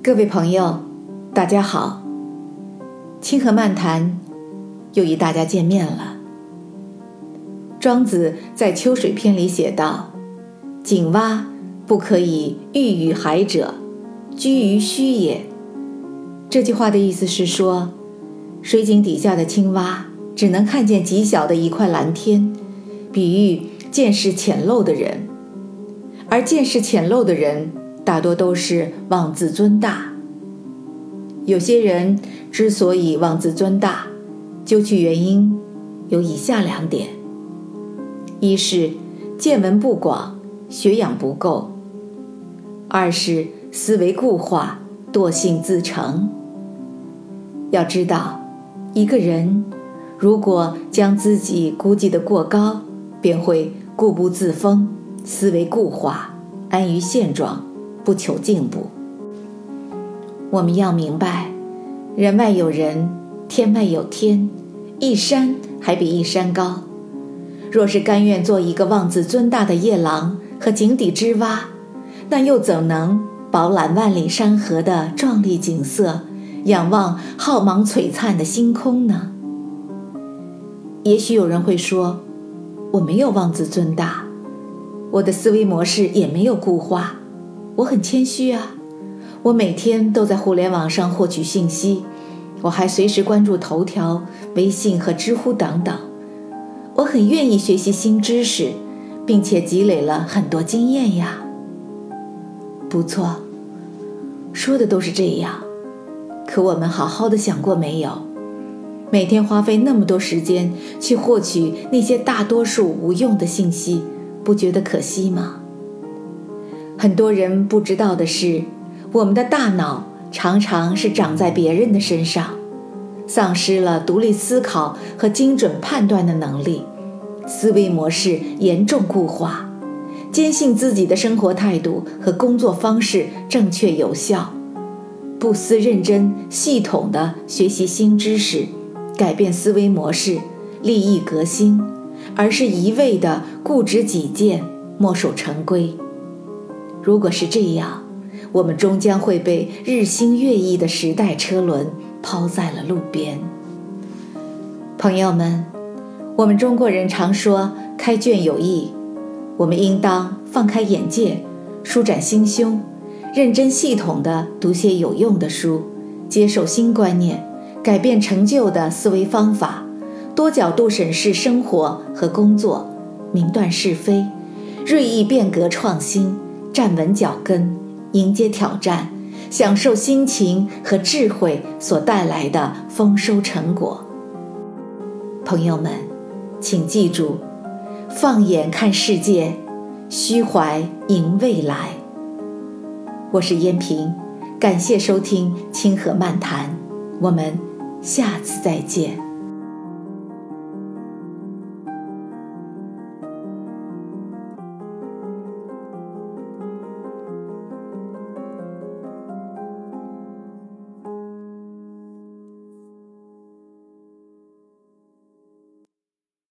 各位朋友，大家好，清河漫谈又与大家见面了。庄子在《秋水篇》里写道：井蛙不可以喻于海者，居于虚也。这句话的意思是说，水井底下的青蛙只能看见极小的一块蓝天，比喻见识浅陋的人。而见识浅陋的人大多都是妄自尊大。有些人之所以妄自尊大，究其原因有以下2点：一是见闻不广，学养不够；二是思维固化，惰性自成。要知道，一个人如果将自己估计得过高，便会固步自封，思维固化，安于现状，不求进步。我们要明白，人外有人，天外有天，一山还比一山高。若是甘愿做一个妄自尊大的夜郎和井底之蛙，那又怎能饱览万里山河的壮丽景色，仰望浩茫璀璨的星空呢？也许有人会说，我没有妄自尊大，我的思维模式也没有固化，我很谦虚啊，我每天都在互联网上获取信息，我还随时关注头条、微信和知乎等等，我很愿意学习新知识，并且积累了很多经验呀。不错，说的都是这样，可我们好好的想过没有？每天花费那么多时间去获取那些大多数无用的信息，不觉得可惜吗？很多人不知道的是，我们的大脑常常是长在别人的身上，丧失了独立思考和精准判断的能力，思维模式严重固化，坚信自己的生活态度和工作方式正确有效，不思认真系统地学习新知识，改变思维模式，立意革新，而是一味地固执己见，墨守成规。如果是这样，我们终将会被日新月异的时代车轮抛在了路边。朋友们，我们中国人常说开卷有益，我们应当放开眼界，舒展心胸，认真系统地读些有用的书，接受新观念，改变陈旧的思维方法，多角度审视生活和工作，明断是非，锐意变革创新，站稳脚跟，迎接挑战，享受心情和智慧所带来的丰收成果。朋友们，请记住，放眼看世界，虚怀迎未来。我是燕平，感谢收听清河漫谈，我们下次再见。